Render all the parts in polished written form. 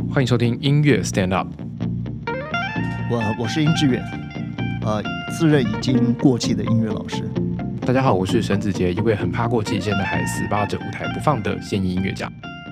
欢迎收听音乐 Stand Up。 我是殷志远，自认已经过气的音乐老师。 大家好，我是沈子杰，一位很怕过气，现在还死扒着舞台不放的现役音乐家。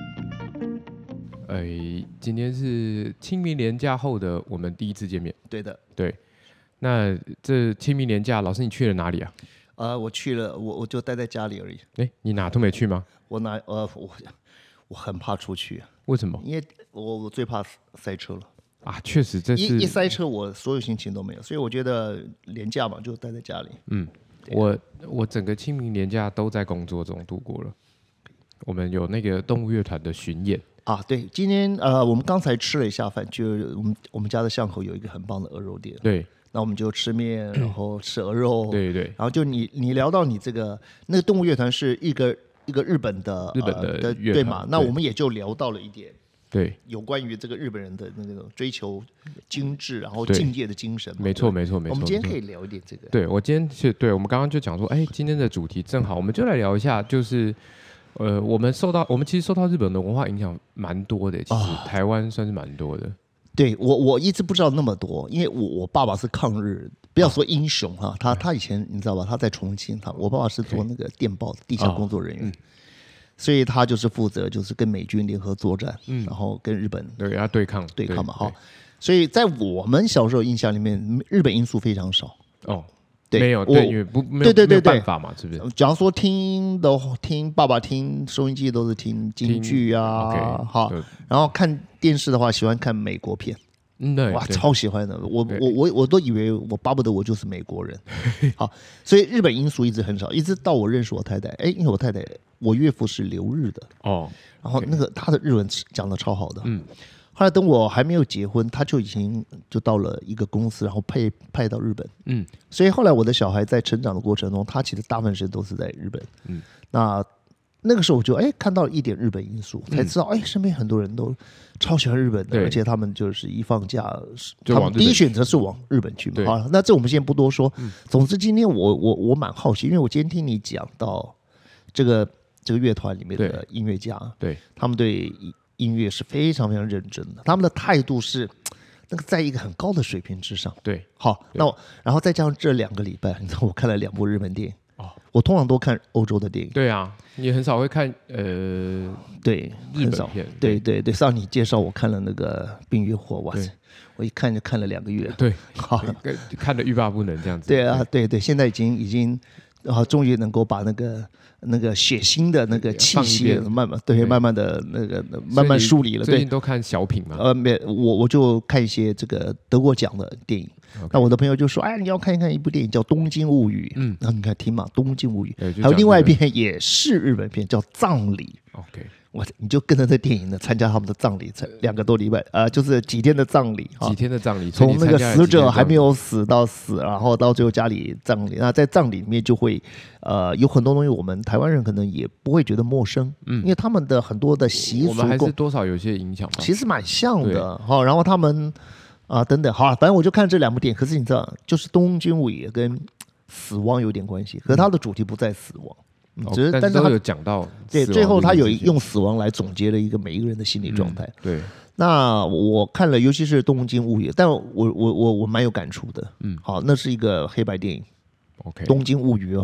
今天是清明连假后的我们第一次见面。 对的， 对。那这清明连假，老师你去了哪里啊？ 我去了，我就待在家里而已。 你哪都没去吗？ 我很怕出去。 为什么？ 因为我最怕塞车了啊！确实，这是一塞车，我所有心情都没有，所以我觉得连假嘛，就待在家里。 我整个清明连假都在工作中度过了。我们有那个动物乐团的巡演啊，对，今天我们刚才吃了一下饭，就我们家的巷口有一个很棒的鹅肉店。 对。 那我们就吃面，然后吃鹅肉， 对， 然后就你聊到你那个动物乐团是一个日本的乐团对嘛？那我们也就聊到了一点， 对， 有关于这个日本人的那种追求精致，然后敬业的精神。 没错。我们今天可以聊一点这个。 对，我们刚刚就讲说，今天的主题正好，我们就来聊一下，就是我们其实受到日本的文化影响蛮多的，其实台湾算是蛮多的。 对，我一直不知道那么多，因为我爸爸是抗日，不要说英雄哈，他以前你知道吧，他在重庆，我爸爸是做那个电报的地下工作人员，所以他就是负责就是跟美军联合作战，然后跟日本要对抗嘛哈，所以在我们小时候印象里面，日本因素非常少对， 没有对，因为没有办法嘛，是不是？ 假如说听爸爸听收音机都是听京剧啊，好，然后看电视的话喜欢看美国片， 对， 哇，超喜欢的，我都以为我巴不得我就是美国人，好，所以日本因素一直很少，一直到我认识我太太，因为我太太我岳父是留日的然后那个他的日文讲的超好的，后来等我还没有结婚，他就已经就到了一个公司，然后派到日本。所以后来我的小孩在成长的过程中，他其实大部分时间都是在日本。那个时候我就看到了一点日本因素，才知道身边很多人都超喜欢日本的，而且他们就是一放假，他们第一选择是往日本去嘛。好，那这我们先不多说。总之今天我蛮好奇，因为我今天听你讲到这个乐团里面的音乐家，对他们对音乐是非常非常认真的，他们的态度是那个在一个很高的水平之上。对，好，那然后再加上这2个礼拜，你知道我看了2部日本电影。我通常都看欧洲的电影。 对啊，你很少会看对日本片。 对，上你介绍我看了那个《冰与火》，哇塞，我一看就看了2个月。对， 好，看得欲罢不能这样子。 对啊，对，现在已经终于能够把那个血腥的那个气息慢慢的慢慢梳理了。 最近都看小品吗？ 我就看一些这个得过奖的电影。那我的朋友就说：“你要看一看一部电影叫《东京物语》。”然后你看听嘛，《东京物语》，还有另外一片也是日本片叫《葬礼》。OK。你就跟着这电影呢，参加他们的葬礼，2个多礼拜，就是几天的葬礼。 几天的葬礼， 从那个死者还没有死到死，然后到最后家里葬礼。那在葬礼里面就会，有很多东西我们台湾人可能也不会觉得陌生，因为他们的很多的习俗， 我们还是多少有些影响吧。 其实蛮像的，然后他们等等，好，反正我就看这2部电影。可是你知道，就是《东京物语》也跟死亡有点关系，可是它的主题不在死亡。 但是他有讲到， 对，最后他有用死亡来总结了一个每一个人的心理状态。对，那我看了，尤其是《东京物语》，但我蛮有感触的。好，那是一个黑白电影。OK，《东京物语》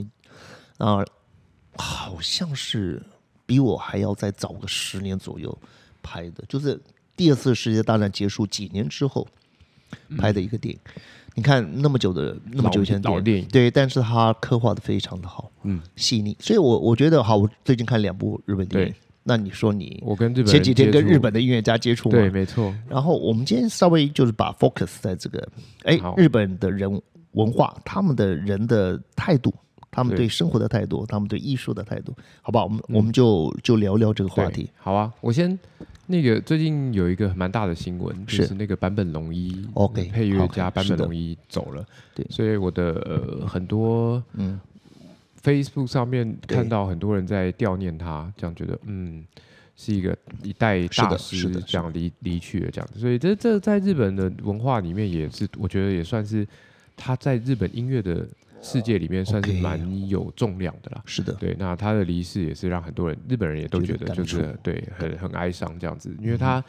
好像是比我还要再早个10年左右拍的，就是第2次世界大战结束几年之后拍的一个电影。你看那么久以前的电影，对，但是他刻画的非常的好，细腻，所以我觉得好。我最近看2部日本电影，那你说我跟前几天跟日本的音乐家接触嘛？ 对，没错。 然后我们今天稍微就是把 focus 在这个，日本的人文化，他们的人的态度，他们对生活的态度，他们对艺术的态度，好不好？我们就聊聊这个话题。 好啊，我先。最近有一个蛮大的新闻，就是那个坂本龙一配乐家坂本龙一走了，对，所以我的很多Facebook 上面看到很多人在悼念他，这样觉得是一代大师这样离去了这样，所以这在日本的文化里面也是，我觉得也算是他在日本音乐的世界里面算是蛮有重量的啦。是的，对，那他的离世也是让很多人日本人也都觉得就是对很哀伤这样子，因为他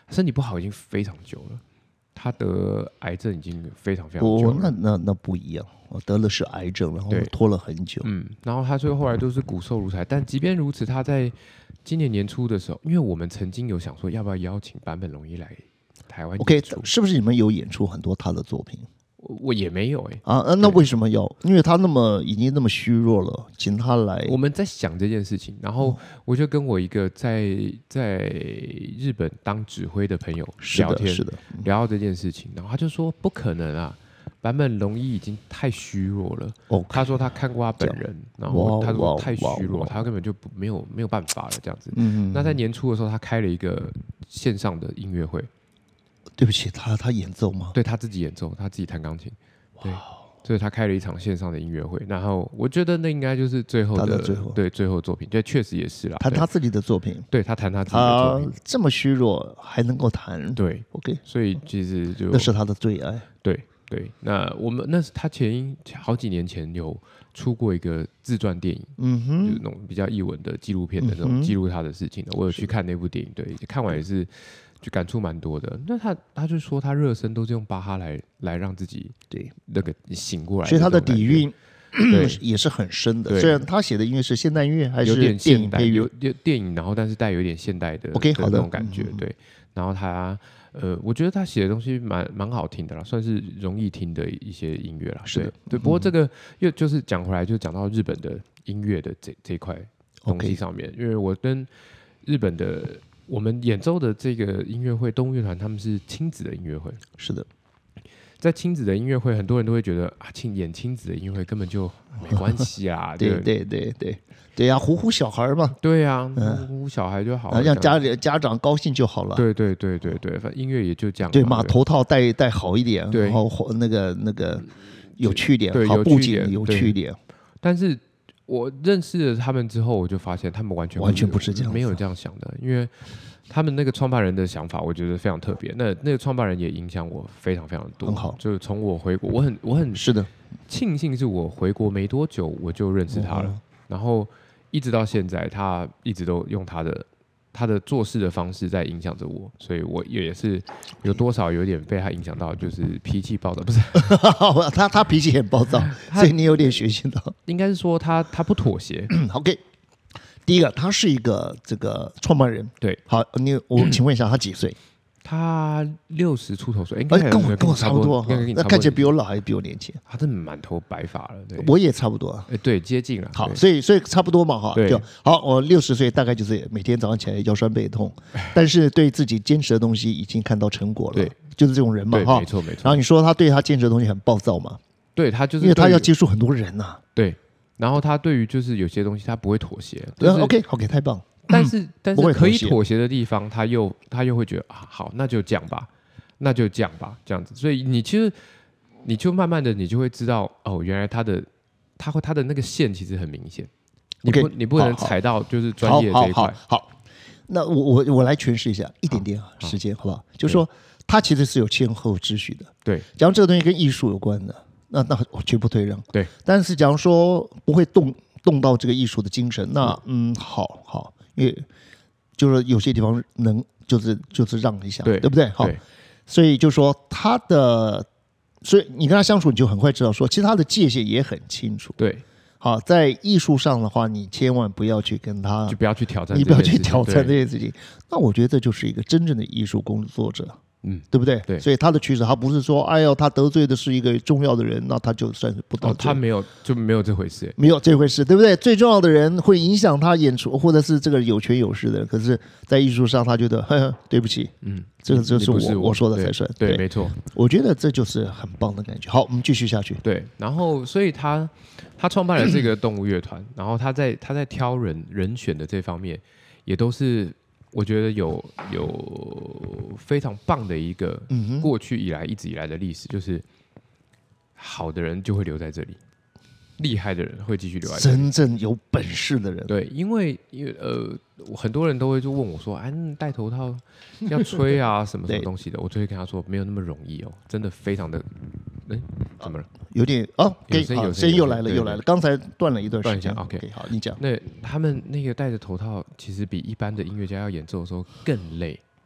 身体不好已经非常久了，他得癌症已经非常非常久了。 那不一样，我得的是癌症，然后拖了很久。 然后他最后来都是骨瘦如柴，但即便如此，他在今年年初的时候，因为我们曾经有想说要不要邀请坂本龙一来台湾演出。 OK， 是不是你们有演出很多他的作品？ 我也没有那为什么要？因为他已经那么虚弱了，请他来。 我们在想这件事情，然后我就跟我一个在日本当指挥的朋友聊天，聊到这件事情，然后他就说不可能啊，坂本龙一已经太虚弱了。他说他看过他本人，然后他说太虚弱，他根本就没有办法了这样子。那在年初的时候，他开了一个线上的音乐会。 对不起，他演奏吗？ 对，他自己演奏，他自己弹钢琴。对，所以他开了一场线上的音乐会。然后我觉得那应该就是最后的最后作品，对，确实也是啦。 弹他自己的作品， 对他弹他自己的作品， 这么虚弱还能够弹， 对 ，OK。 所以其实就那是他的最爱， 对。那那是他好几年前有出过一个自传电影，就是那种比较艺文的纪录片的那种记录他的事情的。我有去看那部电影，对，看完也是。就感触蛮多的。那他就说他热身都是用巴哈来让自己那个醒过来， 所以他的底蕴也是很深的。虽然他写的音乐是现代音乐还是电影配乐， 有电影，然后但是带有一点现代的 OK 好的那种感觉。对，然后他我觉得他写的东西蛮好听的啦，算是容易听的一些音乐啦。 是的， 对。不过这个又就是讲回来，就讲到日本的音乐的这一块东西上面，因为我跟日本的。我们演奏的这个音乐会，动物乐团他们是亲子的音乐会。 是的， 在亲子的音乐会，很多人都会觉得演亲子的音乐会根本就没关系啊。 对呀，唬唬小孩嘛。 对呀，唬小孩就好了， 让家长高兴就好了。 对，反正音乐也就这样。 对，马头套戴好一点，然后那个有趣一点，好布景有趣一点。 但是。我认识了他们之后，我就发现他们完全不是这样， 没有这样想的。因为他们那个创办人的想法，我觉得非常特别。那个创办人也影响我非常非常多。 很好， 就是从我回国，我很是的庆幸是我回国没多久我就认识他了，然后一直到现在，他一直都用他的做事的方式在影响着我，所以我也是有多少有点被他影响到，就是脾气暴躁，不是他脾气很暴躁，所以你有点学习到。 应该是说他不妥协。 OK， 第一个，他是一个这个创办人， 对， 好，我请问一下，他几岁？ 他60出头岁， 跟我差不多，那看起来比我老还是比我年轻？ 他真的满头白发了，对， 我也差不多， 对，接近了。 好，所以差不多嘛，哈，就好。我60岁，大概就是每天早上起来腰酸背痛，但是对自己坚持的东西已经看到成果了，对，就是这种人嘛，哈， 没错。 然后你说他对他坚持的东西很暴躁嘛？ 对，他就是因为他要接触很多人呐， 对，然后他对于就是有些东西他不会妥协， 对 ，OK， 太棒。 但是可以妥协的地方，他又会觉得好，那就这样吧，这样子。所以你其实你就慢慢的你就会知道，原来他的那个线其实很明显，你不能踩到就是专业这一块。 好，那我来诠释一下一点点时间，好不好？就是说他其实是有先后秩序的。 对， 假如这个东西跟艺术有关的，那我绝不退让。 对， 但是假如说不会动到这个艺术的精神，那好。因为就是有些地方能就是让一下，对不对？好，所以就说所以你跟他相处，你就很快知道说，其实他的界限也很清楚。 对， 好，在艺术上的话，你千万不要去跟他， 就不要去挑战， 你不要去挑战这些事情。那我觉得这就是一个真正的艺术工作者。对不对？ 对， 所以他的取舍，他不是说，哎呦，他得罪的是一个重要的人，那他就算是不得罪。 他没有这回事， 没有这回事，对不对？最重要的人会影响他演出，或者是这个有权有势的人，可是，在艺术上，他觉得，对不起，这是我说的才算， 对，没错。 我觉得这就是很棒的感觉。好，我们继续下去。 对，然后，所以他创办了这个动物乐团，然后他在挑人选的这方面，也都是。我觉得有非常棒的一个过去一直以来的历史，就是好的人就会留在这里，厉害的人会继续留在这里， 真正有本事的人。 对，因为很多人都会就问我说：“戴头套要吹啊，什么东西的？”我就会跟他说：“没有那么容易哦，真的非常的。”怎么了？ 有点声音又来了，刚才断了一段时间。OK， 好，你讲。 那他们那个戴着头套，其实比一般的音乐家要演奏的时候更累，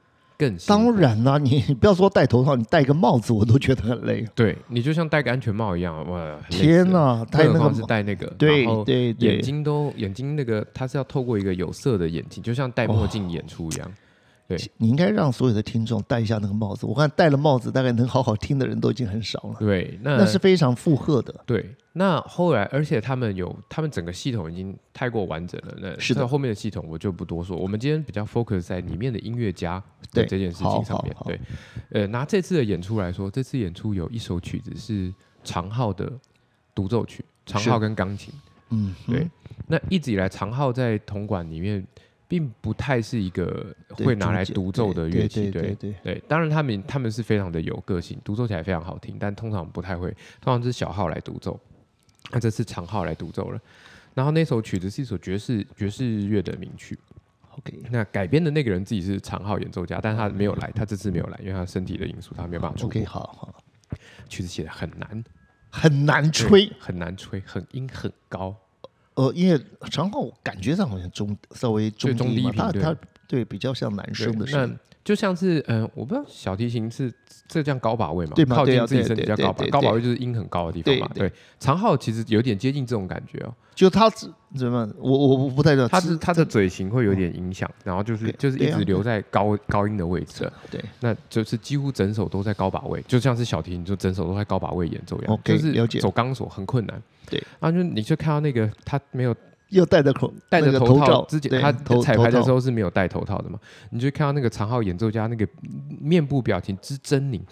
更当然啦，你不要说戴头套，你戴个帽子我都觉得很累。 对，你就像戴个安全帽一样，哇！ 天哪， 戴那个是戴那个， 对， 眼睛那个它是要透过一个有色的眼镜，就像戴墨镜演出一样。对， 你应该让所有的听众戴一下那个帽子。我看戴了帽子，大概能好好听的人都已经很少了。 对， 那是非常负荷的。 对，那后来，而且他们整个系统已经太过完整了。那是的， 后面的系统我就不多说。我们今天比较 focus 在里面的音乐家的这件事情上面。对，拿这次的演出来说，这次演出有一首曲子是长号的独奏曲，长号跟钢琴。对。那一直以来，长号在铜管里面并不太是一个会拿来独奏的乐器。对，当然他们是非常的有个性，独奏起来非常好听，但通常不太会，通常是小号来独奏。那这次长号来独奏了。然后那首曲子是一首爵士乐的名曲。 OK， 那改编的那个人自己是长号演奏家，但他没有来，他这次没有来，因为他身体的因素，他没有办法出国。 OK， 好。 曲子写的很难， 很难吹， 很音很高。 因为长号感觉上好像稍微中低频， 它对比较像男生的声音。 就像是我不知道小提琴是这叫高把位嘛？ 对吗？ 靠近自己身体叫高把，高把位就是音很高的地方嘛。对，长号其实有点接近这种感觉哦。 就他怎么我不太知道， 他的嘴型会有点影响，然后就是一直留在高音的位置。 对， 那就是几乎整首都在高把位，就像是小提琴就整首都在高把位演奏一样，就是走钢索很困难。 对， 然后你就看到那个他没有。 又戴着头套，之前他彩排的时候是没有戴头套的嘛？你就看到那个长号演奏家那个面部表情之狰狞，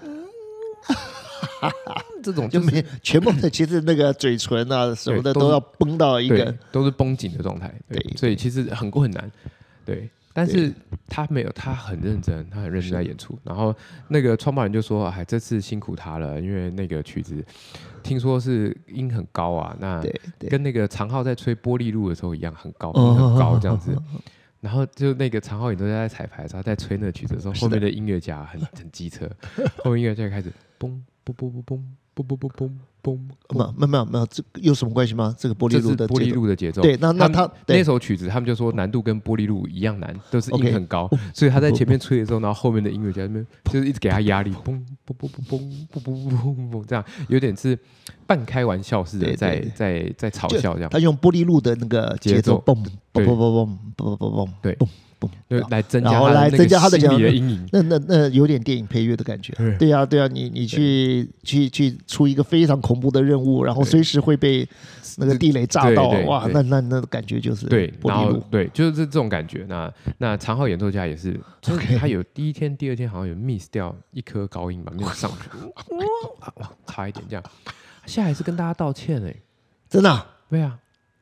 这种就没全部的，其实那个嘴唇啊什么的都要绷到一个， 都是绷紧的状态。对，所以其实很困难。对，但是他没有，他很认真，在演出。然后那个创办人就说：“哎，这次辛苦他了，因为那个曲子。”听说是音很高啊，那跟那个长号在吹玻璃路的时候一样，很高，音很高这样子。然后就那个长号演奏家在彩排的时候，在吹那个曲子的时候，后面的音乐家很机车，后面音乐家开始嘣嘣嘣嘣嘣嘣嘣嘣嘣嘣。 没有，这有什么关系吗？这个玻璃路的节奏，对，那他那首曲子，他们就说难度跟玻璃路一样难，都是音很高，所以他在前面吹的时候，然后后面的音乐家那边就是一直给他压力，嘣嘣嘣嘣嘣嘣嘣嘣，这样有点是半开玩笑似的，在嘲笑这样。 他用玻璃路的那个节奏，嘣嘣嘣嘣嘣嘣嘣， 对。 来增加他的心理的阴影， 那有点电影配乐的感觉。对啊，你去出一个非常恐怖的任务，然后随时会被那个地雷炸到，哇，那感觉就是对，然后对，就是这种感觉。那长号演奏家也是，就是他有第一天、第二天好像有 miss 掉一颗高音吧，没有上去，差一点这样。现在还是跟大家道歉真的？ 对啊，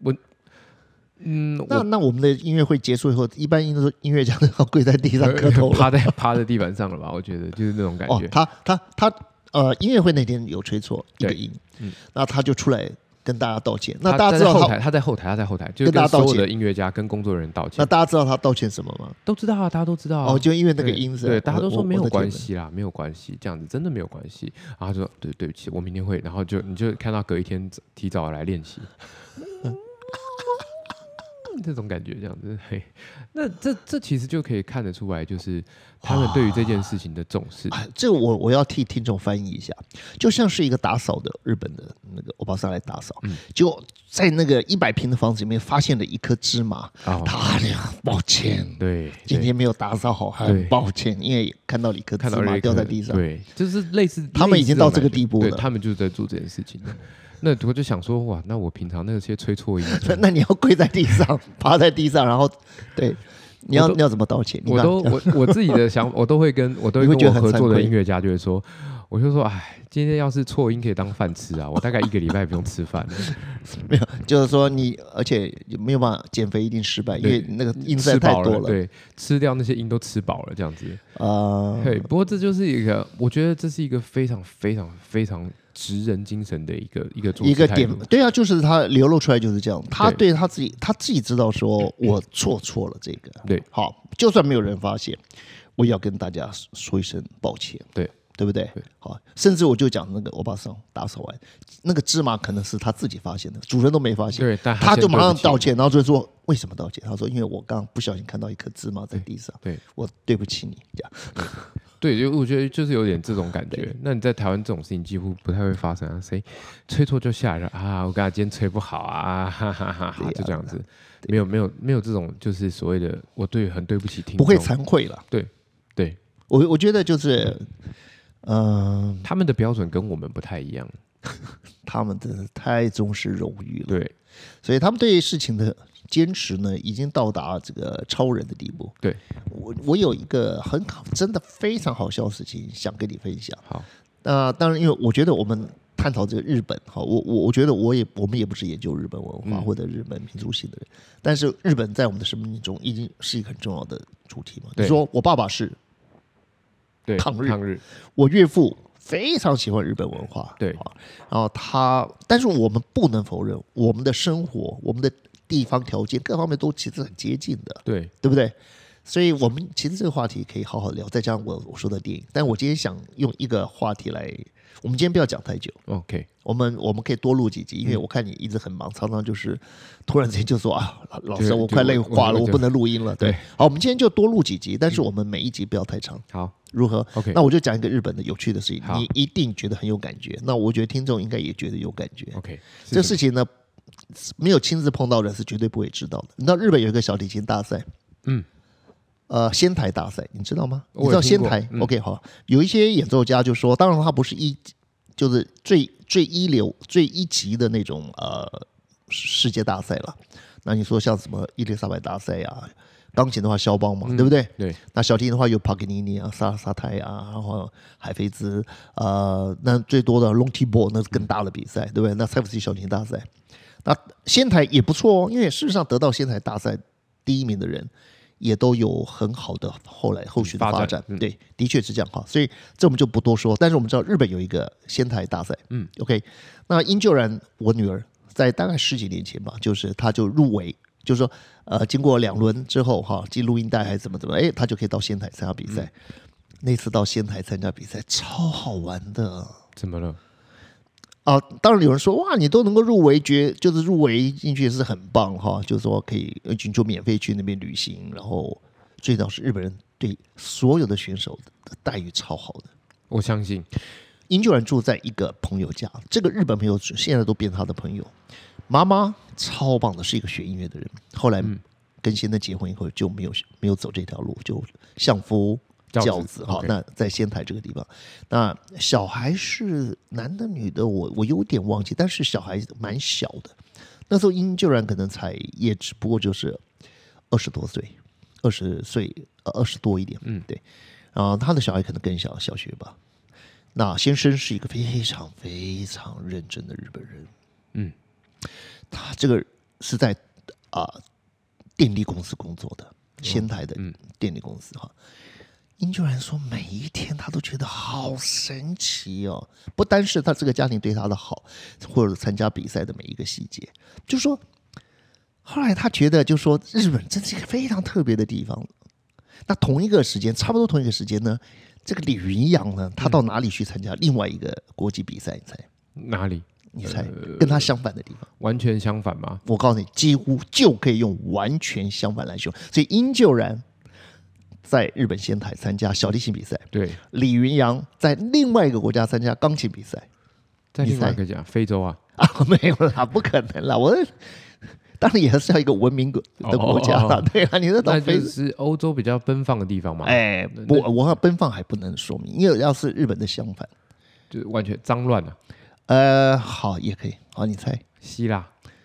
那我们的音乐会结束以后，一般音乐家都要跪在地上磕头了， 趴在地板上了吧？我觉得就是那种感觉。 他音乐会那天有吹错一个音，那他就出来跟大家道歉。那大家知道他在后台，就跟所有的音乐家跟工作人员道歉。 那大家知道他道歉什么吗？ 都知道啊，大家都知道。 就因为那个音是， 对，大家都说没有关系啦，没有关系，这样子真的没有关系。然后他说对不起，我明天会，然后你就看到隔一天提早来练习。这种感觉这样子，那这其实就可以看得出来，就是他们对于这件事情的重视。 这个我要替听众翻译一下，就像是一个打扫的日本的那个欧巴桑来打扫，就在那个100平的房子里面发现了一颗芝麻，他抱歉， 对， 今天没有打扫好，很抱歉，因为看到了一颗芝麻掉在地上， 对，就是类似， 他们已经到这个地步了， 他们就是在做这件事情。那我就想说，哇，那我平常那些吹错音， 那你要跪在地上，趴在地上，然后对，你要怎么道歉？ 我自己的想法，我都会跟我合作的音乐家就会说，我就说，哎，今天要是错音可以当饭吃啊，我大概1个礼拜不用吃饭了。 没有，就是说而且没有办法减肥，一定失败，因为那个音实在太多了。 对，吃掉那些音都吃饱了，这样子。对，不过这就是一个，我觉得这是一个非常非常非常职人精神的一个做事态度。 对啊，就是他流露出来就是这样。他对他自己知道说，我错了这个。 对， 好，就算没有人发现，我也要跟大家说一声抱歉。 对。 对不对？好，甚至我就讲那个欧巴桑打手丸，那个芝麻可能是他自己发现的，主人都没发现， 对，但他就马上道歉，然后主人说为什么道歉？他说因为我刚刚不小心看到一颗芝麻在地上， 对， 我对不起你，这样。 对，我觉得就是有点这种感觉。那你在台湾这种事情几乎不太会发生啊，谁吹错就下来了啊？我刚才今天吹不好啊，哈哈哈哈，就这样子，没有这种就是所谓的我很对不起听众， 不会惭愧了。 对， 我觉得就是， 他们的标准跟我们不太一样， 他们真的太重视荣誉了， 对， 所以他们对事情的坚持呢，已经到达这个超人的地步。 对， 我有一个很好，真的非常好笑的事情想跟你分享。 好， 那当然，因为我觉得我们探讨这个日本，好，我觉得我们也不是研究日本文化或者日本民族性的人，但是日本在我们的生命中已经是一个很重要的主题嘛。你说我爸爸是抗日，我岳父非常喜欢日本文化， 对， 然后但是我们不能否认，我们的生活，我们的地方条件各方面都其实很接近的， 对不对？所以我们其实这个话题可以好好聊，再加上我说的电影。但我今天想用一个话题来，我们今天不要讲太久 ，OK， 我们可以多录几集，因为我看你一直很忙，常常就是突然之间就说啊，老师我快累化了，我不能录音了。对，好，我们今天就多录几集，但是我们每一集不要太长。 好， 如何 ？OK， 那我就讲一个日本的有趣的事情，你一定觉得很有感觉。那我觉得听众应该也觉得有感觉。 OK， 这事情呢，没有亲自碰到的人是绝对不会知道的。你知道日本有一个小提琴大赛，仙台大赛，你知道吗？你知道仙台？OK， 好，有一些演奏家就说，当然他不是就是最一级的那种世界大赛了。那你说像什么伊丽莎白大赛啊？钢琴的话，肖邦嘛，对不对？ 对。 那小提琴的话，有帕格尼尼啊、萨泰啊，然后海菲兹，那最多的 Lontibo 那是更大的比赛，对不对？那塞夫斯基小提琴大赛，那仙台也不错哦，因为事实上得到仙台大赛第一名的人，也都有很好的后续的发展。对，的确是这样哈。所以这我们就不多说。但是我们知道日本有一个仙台大赛，OK。那因就然，我女儿在大概10几年前吧，就是她就入围。就是说，经过2轮之后，哈，寄录音带还是怎么，他就可以到仙台参加比赛。那次到仙台参加比赛，超好玩的。 怎么了？ 当然有人说，哇，你都能够入围就是入围进去也是很棒哈。就是说可以就免费去那边旅行，然后最早是日本人对所有的选手的待遇超好的。 我相信， 因就然住在一个朋友家，这个日本朋友现在都变他的朋友。妈妈超棒的，是一个学音乐的人。后来跟先生结婚以后，就没有走这条路，就相夫教子。好，那在仙台这个地方，那小孩是男的女的，我有点忘记，但是小孩蛮小的。那时候因就然可能也只不过就是20多岁，20岁20多一点，对。然后他的小孩可能更小，小学吧。那先生是一个非常非常认真的日本人，他这个是在电力公司工作的，仙台的电力公司哈。因就然说，每一天他都觉得好神奇哦，不单是他这个家庭对他的好，或者参加比赛的每一个细节，就是说，后来他觉得，就是说，日本真是一个非常特别的地方。那同一个时间，差不多同一个时间呢，这个李云阳呢，他到哪里去参加另外一个国际比赛？你猜哪里？ 你猜跟他相反的地方？ 完全相反吗？ 我告诉你，几乎就可以用完全相反来形容。所以因就然在日本仙台参加小提琴比赛， 对； 李云阳在另外一个国家参加钢琴比赛， 在另外一个讲非洲啊？ 没有啦，不可能啦！我当然也是要一个文明的国家啦，对啊，你那就是欧洲比较奔放的地方嘛。 不，我和奔放还不能说明，因为要是日本的相反， 就完全脏乱了。 好，也可以。好，你猜？ 希腊。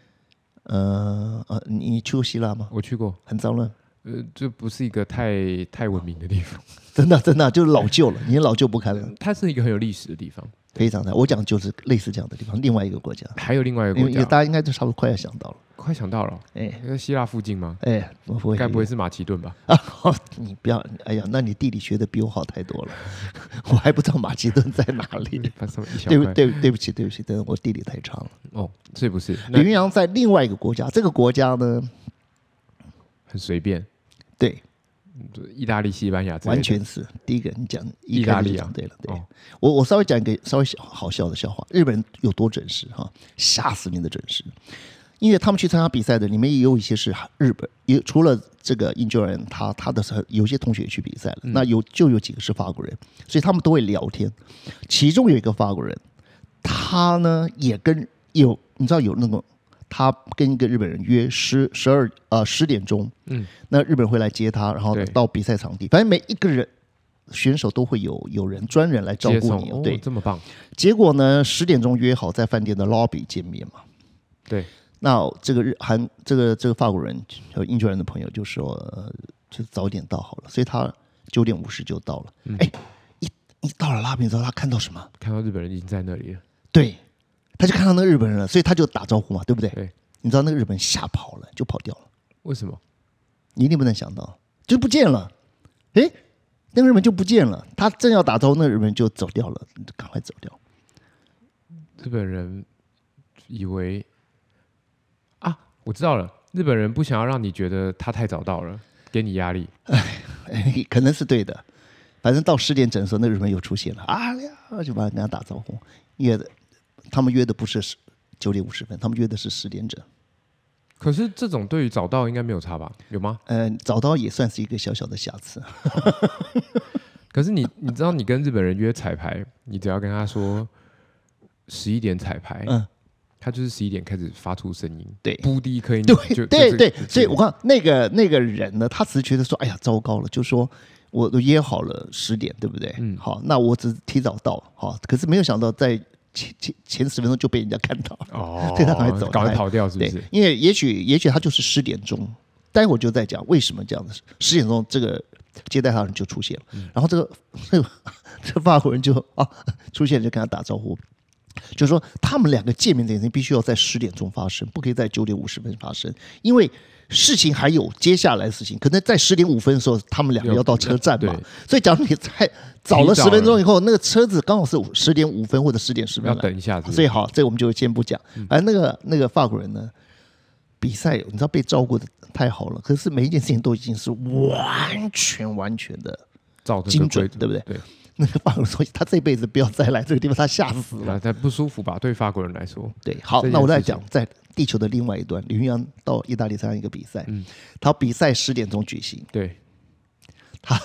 你去过希腊吗？ 我去过， 很脏乱。 这不是一个太文明的地方。 真的就是老旧了，已经老旧不堪了。 它是一个很有历史的地方， 非常的。我讲就是类似这样的地方，另外一个国家。 还有另外一个国家， 大家应该就差不多快要想到了。 快想到了，在希腊附近吗？ 我不会， 该不会是马其顿吧？ 你不要，哎呀，那你地理学的比我好太多了，我还不知道马其顿在哪里。对不起，但我地理太差了。 是不是？ 李云阳在另外一个国家，这个国家呢很随便。 对， 意大利、西班牙， 完全是第一个。你讲意大利啊， 对了，对。我稍微讲一个稍微好笑的笑话，日本人有多准时哈，吓死你的准时。因为他们去参加比赛的，里面也有一些是日本，也除了这个英国人，他的有些同学也去比赛了，那有几个是法国人，所以他们都会聊天。其中有一个法国人，他呢也你知道有那种，他跟一个日本人约10点钟，那日本人会来接他，然后到比赛场地，反正每一个人选手都会有人专人来照顾你，对， 这么棒。 结果呢，10点钟约好在饭店的 lobby 见面嘛， 对。 那这个法国人和英国人的朋友就说，就早点到好了，所以他9点50就到了。一到了拉比之后，他看到什么？ 看到日本人已经在那里了。 对，他就看到那个日本人了，所以他就打招呼嘛，对不对？ 对。 你知道那个日本人吓跑了，就跑掉了。 为什么？ 你一定不能想到，就不见了。那个日本人就不见了，他正要打招呼，那个日本人就走掉了，赶快走掉。 日本人以为。我知道了，日本人不想要让你觉得他太早到了，给你压力。 可能是对的。反正到10点整的时候，那日本人又出现了，就把人家打招呼。他们约的不是9点50分，他们约的是10点整。 可是这种对于早到应该没有差吧？有吗？ 早到也算是一个小小的瑕疵。 可是你知道，你跟日本人约彩排，你只要跟他说11点彩排，他就是11点开始发出声音， 对， 不低可以， 对，所以我看那个人呢，他只是觉得说，哎呀，糟糕了，就说我都约好了10点，对不对？好，那我只是提早到，好，可是没有想到在前10分钟就被人家看到，所以他赶快走， 赶快跑掉，是不是？ 因为也许他就是10点钟，待会儿就在讲为什么这样子，10点钟这个接待他的人就出现了，然后这个法国人就出现就跟他打招呼。就是说，他们两个见面这件事情必须要在10点钟发生，不可以在9点50分发生，因为事情还有接下来的事情，可能在10点5分的时候，他们两个要到车站嘛，所以假如你在早了10分钟以后，那个车子刚好是10点5分或者10点10分， 要等一下， 所以好，这个我们就先不讲。反正那个法国人呢，比赛你知道被照顾的太好了，可是每一件事情都已经是完全的精准，对不对？ 对。 那个法国人说，他这辈子不要再来这个地方，他吓死了， 他不舒服吧？对法国人来说， 对。好，那我再讲，在地球的另外一端，李云阳到意大利参加一个比赛，他比赛10点钟举行， 对， 他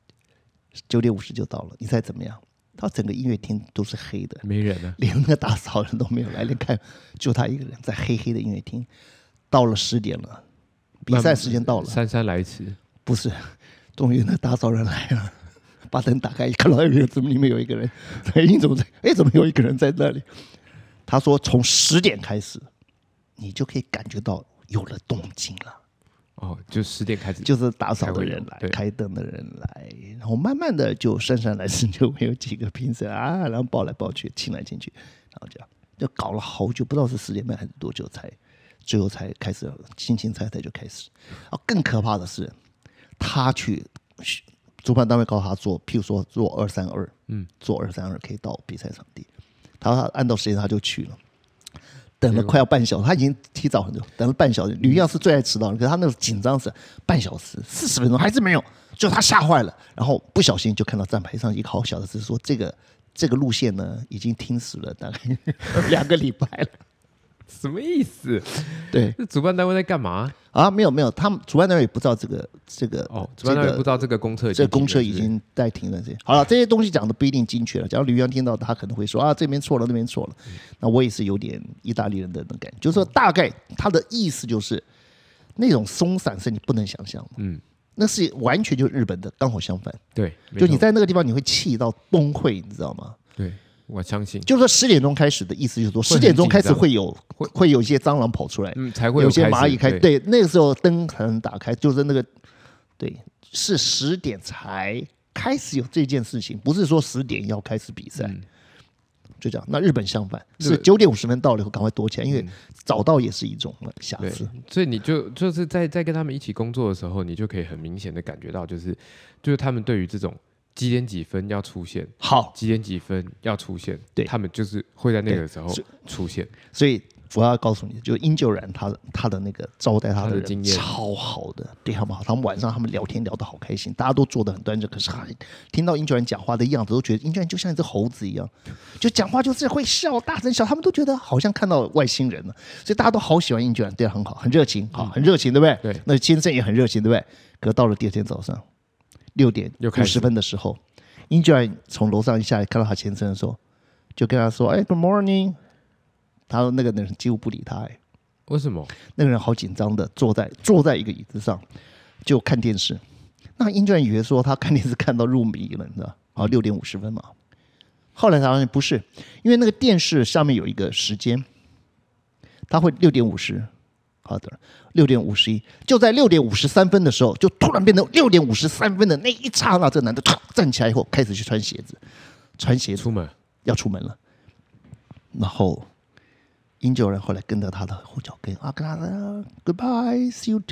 9点50就到了，你猜怎么样？他整个音乐厅都是黑的， 没人了， 连那个打扫人都没有来，连看就他一个人在黑的音乐厅。到了10点了，比赛时间到了， 姗姗来迟， 不是，终于那打扫人来了。把灯打开，看到怎么里面有一个人，怎么有一个人在那里？他说从10点开始，你就可以感觉到有了动静了。 就10点开始， 就是打扫的人来，开灯的人来，然后慢慢的就姗姗来迟，就会有几个评审然后抱来抱去，亲来亲去，然后这样就搞了好久，不知道是10点半还是多久最后才开始轻轻踩就开始。更可怕的是，他去。主办单位告诉他做，譬如说做232，做232可以到比赛场地。他按照时间他就去了，等了快要半小时，他已经提早很久，等了半小时。吕耀是最爱迟到的，可是他那个紧张是半小时、40分钟还是没有，就他吓坏了。然后不小心就看到站牌上一个好小的字说这个路线呢已经停驶了大概2个礼拜了。 什么意思？ 对， 这主办单位在干嘛没有，他们主办单位也不知道这个主办单位不知道这个公车已经在停了。好了，这些东西讲的不一定精确了。假如吕阳听到，他可能会说这边错了，那边错了。那我也是有点意大利人的感觉，就是说大概他的意思就是那种松散是你不能想象的。那是完全就是日本的，刚好相反。 对， 就你在那个地方你会气到崩溃，你知道吗？ 对。我相信， 就是说10点钟开始的意思，就是说10点钟开始会有一些蟑螂跑出来， 才会有些蚂蚁开。对，那个时候灯才能打开，就是那个，对，是10点才开始有这件事情，不是说10点要开始比赛，就这样。那日本相反，是9点50分到了以后赶快躲起来，因为早到也是一种瑕疵。 所以你就是在跟他们一起工作的时候，你就可以很明显的感觉到，就是他们对于这种。几点几分要出现？ 好， 几点几分要出现？ 对， 他们就是会在那个时候出现。 所以我要告诉你，就殷就然他的那个招待他的人超好的，对他们好。他们晚上他们聊天聊得好开心，大家都坐得很端正。可是听到殷就然讲话的样子，都觉得殷就然就像一只猴子一样，就讲话就是会笑，大声笑。他们都觉得好像看到外星人了，所以大家都好喜欢殷就然，对他很好，很热情，好，很热情，对不对？ 对。 那先生也很热情，对不对？可到了第二天早上6点50分的时候，殷就然从楼上一下来，看到他先生的时候，就跟他说：“哎 ，Good morning。”他说那个人几乎不理他， 为什么？ 那个人好紧张的坐在一个椅子上，就看电视。那殷就然以为说他看电视看到入迷了，你知道？然后6点50分嘛。后来他发现不是，因为那个电视下面有一个时间，他会6点50，好的，6点51，就在6点53分的时候，就突然变成6点53分的那一刹那，这个男的站起来以后开始去穿鞋子出门要出门了，然后。殷就然后来跟着他的后脚跟跟他Goodbye, see you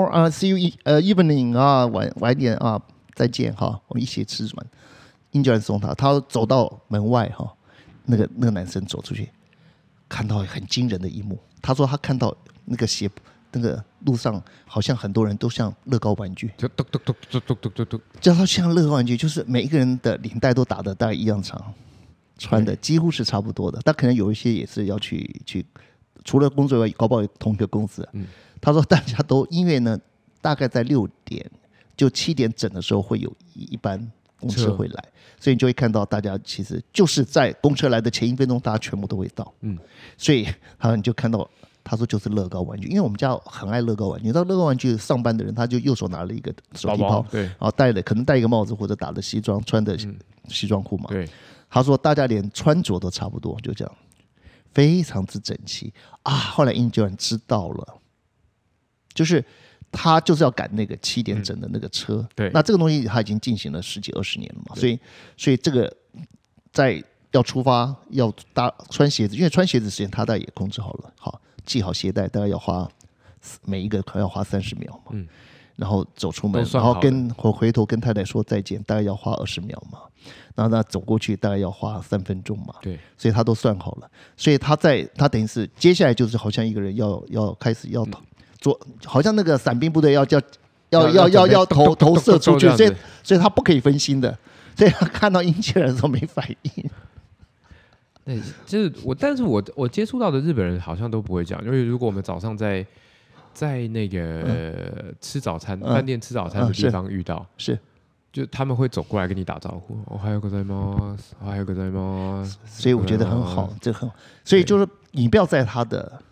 evening 晚一点再见我们一起吃什么？殷就然送他走到门外那个男生走出去，看到很惊人的一幕。他说他看到那个路上好像很多人都像乐高玩具， 就咚咚咚咚咚咚咚咚， 叫他像乐高玩具，就是每一个人的领带都打得大概一样长。穿的几乎是差不多的，但可能有一些也是要去，除了工作以外，搞不好同一个公司。他说大家都因为呢，大概在6点就7点整的时候会有一班公车会来，所以你就会看到大家其实就是在公车来的前1分钟，大家全部都会到。所以你就看到他说就是乐高玩具，因为我们家很爱乐高玩具。你知道乐高玩具上班的人，他就右手拿了一个手提包， 对， 然后可能戴一个帽子或者打的西装，穿的西装裤嘛， 对。 他说大家连穿着都差不多，就这样非常之整齐后来殷就然知道了，就是他就是要赶那个7点整的那个车， 对， 那这个东西他已经进行了10几20年了嘛，所以这个在要出发要穿鞋子，因为穿鞋子时间他大概也控制好了，好系好鞋带，大概要花每一个可能要花30秒嘛，然后走出门，然后回头跟太太说再见，大概要花20秒嘛。然后他走过去大概要花3分钟嘛， 对， 所以他都算好了，所以他等于是接下来就是好像一个人要开始要做，好像那个伞兵部队要投射出去，所以他不可以分心的，所以他看到殷就然的时候没反应。 对，就是但是我接触到的日本人好像都不会讲，因为如果我们早上在那个吃早餐饭店吃早餐的地方遇到是。 就他们会走过来跟你打招呼，おはようございます，おはようございます。 所以我觉得很好，这很好。所以就是你不要在他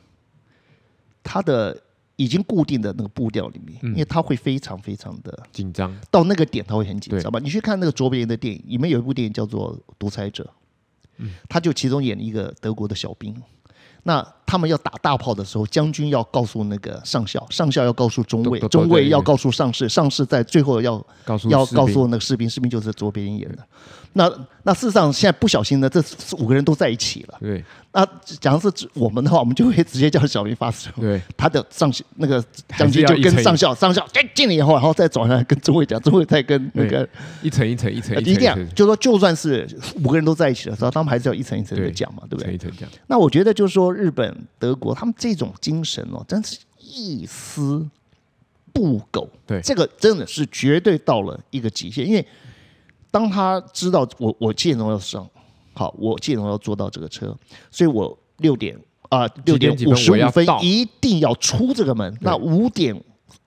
的已经固定的那个步调里面，因为他会非常非常的紧张。 到那个点他会很紧张吧？你去看那个卓别林的电影，里面有一部电影叫做《独裁者》，他就其中演一个德国的小兵。那他们要打大炮的时候，将军要告诉那个上校，上校要告诉中尉，中尉要告诉上士，上士在最后要告诉那个士兵，士兵就是卓别林演的。那事实上现在不小心呢，这5个人都在一起了。 对。 那假如是我们的话，我们就会直接叫小兵发射。 对。 他的那个将军就跟上校进了以后，然后再走上来跟中尉讲，中尉再跟那个一层一层，一定要就是说，就算是5个人都在一起的时候，他们还是要一层一层的讲嘛，对不对？ 一层一层讲。 那我觉得就是说，日本、德国他们这种精神真是一丝不苟。 对， 这个真的是绝对到了一个极限，因为当他知道我7点钟要上，好，我7点钟要坐到这个车，所以我6点55分一定要出这个门。那5点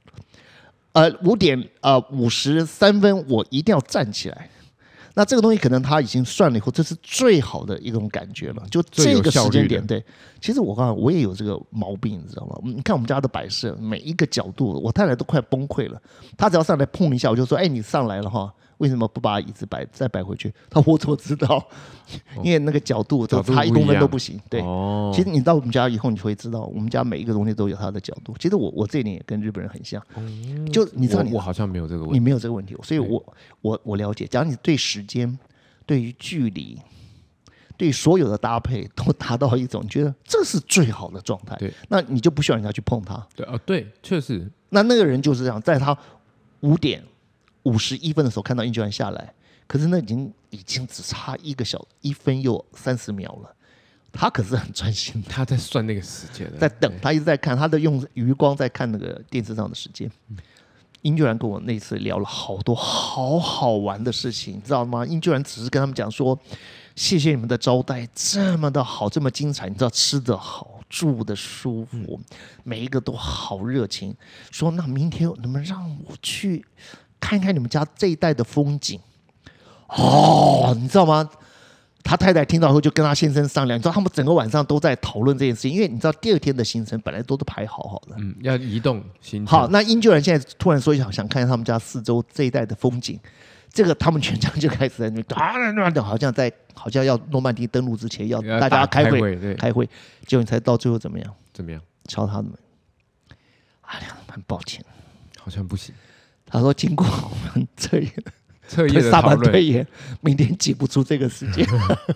53分我一定要站起来。那这个东西可能他已经算了以后，这是最好的一种感觉了。就这个时间点，对，其实我也有这个毛病，你知道吗？你看我们家的摆设，每一个角度，我太太都快崩溃了。她只要上来碰一下，我就说：“哎，你上来了哈。”为什么不把椅子再摆回去？他我怎么知道？因为那个角度差1公分都不行。对，其实你到我们家以后，你会知道，我们家每一个东西都有它的角度。其实我这一点也跟日本人很像。就你知道我好像没有这个问题， 你没有这个问题，所以我了解。假如你对时间、对于距离、对所有的搭配都达到一种觉得这是最好的状态， 对， 那你就不需要人家去碰它。 对，确实。 那个人就是这样，在他5点51分的时候看到殷就然下来，可是那已经只差1分又30秒了。 他可是很专心， 他在算那个时间， 在等，他一直在看，他的用余光在看那个电视上的时间。英居然跟我那次聊了好多好好玩的事情，你知道吗？英居然只是跟他们讲说，谢谢你们的招待，这么的好，这么精彩，你知道吃得好，住的舒服，每一个都好热情。说那明天能不能让我去看看你们家这一带的风景？哦，你知道吗？他太太听到后就跟他先生商量，你知道他们整个晚上都在讨论这件事情，因为你知道第二天的行程本来都是排好的， 要移动行程。 好，那英居然现在突然说想看他们家四周这一带的风景，这个他们全家就开始在那边好像要诺曼底登陆之前要大家开会，结果你猜到最后怎么样？敲他的门，阿良很抱歉， 好像不行。 他说经过我们测验的讨论， 推演，明天挤不出这个时间。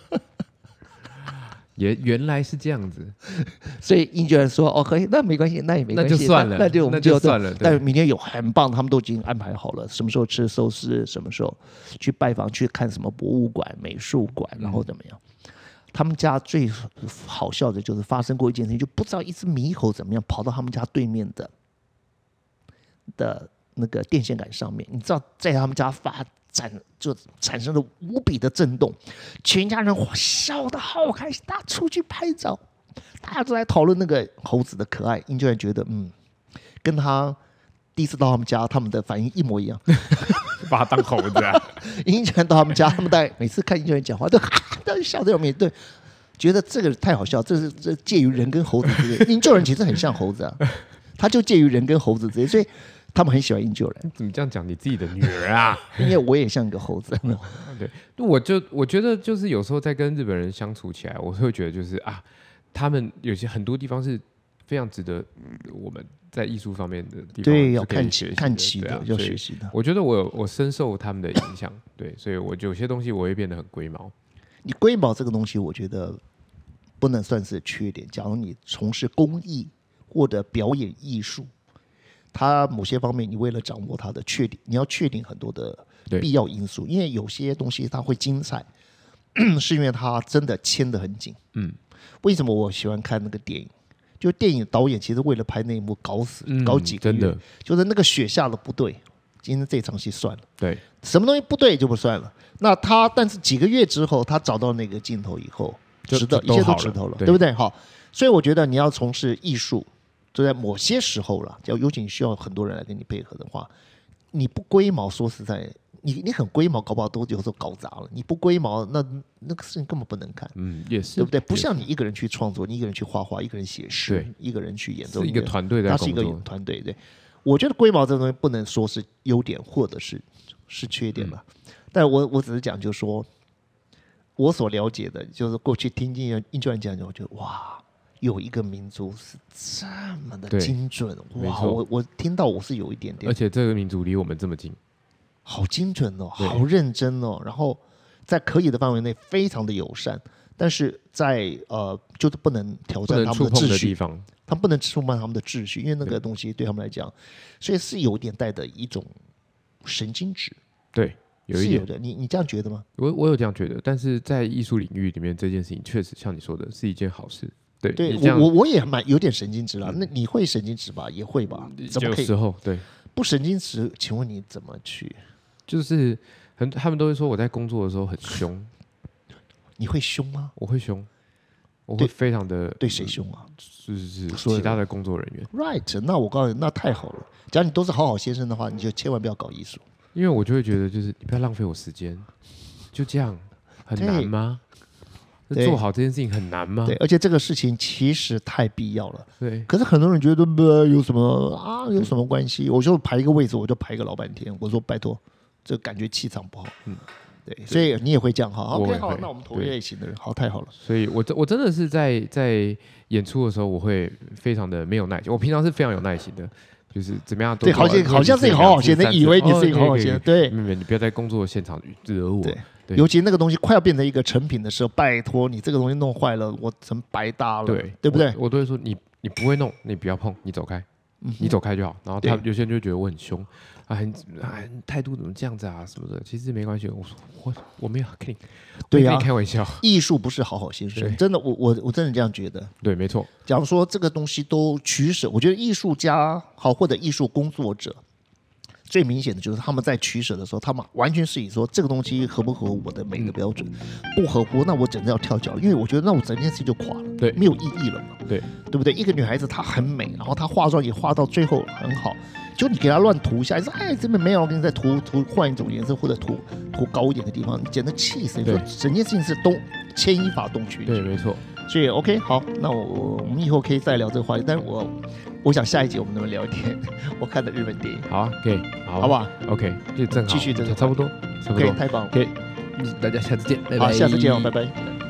原来是这样子， 所以英居然说哦可以，那没关系，那也没关系， 那就算了， 那就算了。 但明天有很棒，他们都已经安排好了，什么时候吃寿司，什么时候去拜访，去看什么博物馆、美术馆，然后怎么样。他们家最好笑的就是发生过一件事情，就不知道一只猕猴怎么样跑到他们家对面的那个电线杆上面，你知道在他们家就产生了无比的震动，全家人笑得好开心，大家出去拍照，大家都在讨论那个猴子的可爱。英居然觉得跟他第一次到他们家他们的反应一模一样， 把他当猴子啊。 英居然到他们家，他们每次看英居然讲话都笑得要命，对，觉得这个太好笑，这介于人跟猴子之间。英居然其实很像猴子啊，他就介于人跟猴子之间，所以他们很喜欢英救人。 怎么这样讲你自己的女儿啊？ 因为我也像一个猴子。 对，我觉得就是有时候在跟日本人相处起来，我会觉得就是他们有些很多地方是非常值得我们在艺术方面的地方对要看齐的，要学习的。 我觉得我深受他们的影响，对，所以我有些东西我会变得很龟毛。 你龟毛这个东西，我觉得不能算是缺点。假如你从事工艺或者表演艺术，它某些方面，你为了掌握它的缺点，你要确定很多的必要因素。因为有些东西它会精彩，是因为它真的牵得很紧。为什么我喜欢看那个电影？就电影导演其实为了拍那一幕搞几个月，真的就是那个雪下的不对，今天这场戏算了。 对， 什么东西不对就不算了。那但是几个月之后，他找到那个镜头以后，一切都值得了，对不对？好，所以我觉得你要从事艺术。就在某些时候了，尤其你需要很多人来跟你配合的话，你不龟毛，说实在，你很龟毛，搞不好都有时候搞砸了。你不龟毛，那个事情根本不能看， 也是， 对不对？不像你一个人去创作，你一个人去画画，一个人写诗，一个人去演奏， 是一个团队在工作， 它是一个团队。对，我觉得龟毛这个东西不能说是优点，或者是缺点吧。但我只是讲，就是说我所了解的，就是过去听英居然讲，我觉得哇。有一个民族是这么的精准，哇！我听到我是有一点点， 而且这个民族离我们这么近， 好精准哦，好认真哦。然后在可以的范围内非常的友善，但是在就是不能挑战他们的秩序，他们不能触碰他们的秩序，因为那个东西对他们来讲，所以是有点带的一种神经质。 对，有一点的。你这样觉得吗？ 我有这样觉得，但是在艺术领域里面，这件事情确实像你说的是一件好事。 对，我也有点神经质啦。那你会神经质吧？也会吧？怎么可以？ 有时候对不神经质，请问你怎么去？ 就是他们都会说我在工作的时候很凶。 你会凶吗？ 我会凶，我会非常的对谁凶啊？ 是其他的工作人员。 Right， 那我告诉你，那太好了。假如你都是好先生的话，你就千万不要搞艺术， 因为我就会觉得，就是你不要浪费我时间，就这样很难吗？做好这件事情很难吗？ 对，而且这个事情其实太必要了。 对， 可是很多人觉得有什么有什么关系？我就排一个位置，我就排个老半天。我说拜托，这感觉气场不好。对，所以你也会这样哈。OK， 好，那我们同类型的人，好，太好了。 所以我真的是在演出的时候，我会非常的没有耐心。我平常是非常有耐心的，就是怎么样都对，好像是一个好先生，以为你是一个好先生。对， 你不要在工作现场惹我。 对，尤其那个东西快要变成一个成品的时候，拜托你这个东西弄坏了，我成白搭了，对不对？ 我都会说你不会弄，你不要碰，你走开。 你走开就好。然后有些人就觉得我很凶啊，态度怎么这样子啊什么的。其实没关系，我没有跟你跟你开玩笑。 艺术不是好好先生，真的，我真的这样觉得。 对，没错。 假如说这个东西都取舍，我觉得艺术家好或者艺术工作者。最明显的就是他们在取舍的时候，他们完全是以说这个东西合不合我的美的标准，不合乎，那我整个要跳脚，因为我觉得那我整件事就垮了， 对， 没有意义了嘛， 对不对？一个女孩子她很美，然后她化妆也化到最后很好，就你给她乱涂一下，你说哎这边没有，我给你再涂换一种颜色或者涂高一点的地方，你简直气死！你说整件事情是牵一发动全局， 对，没错。 所以 OK 好，那我们以后可以再聊这个话题，但是我想下一集我们能不能聊一点我看的日本电影？ 好啊，可以， 好不好 ？OK， 就正好继续这个差不多， 可以太棒了。 OK，大家下次见，拜拜。 好，下次见哦，拜拜。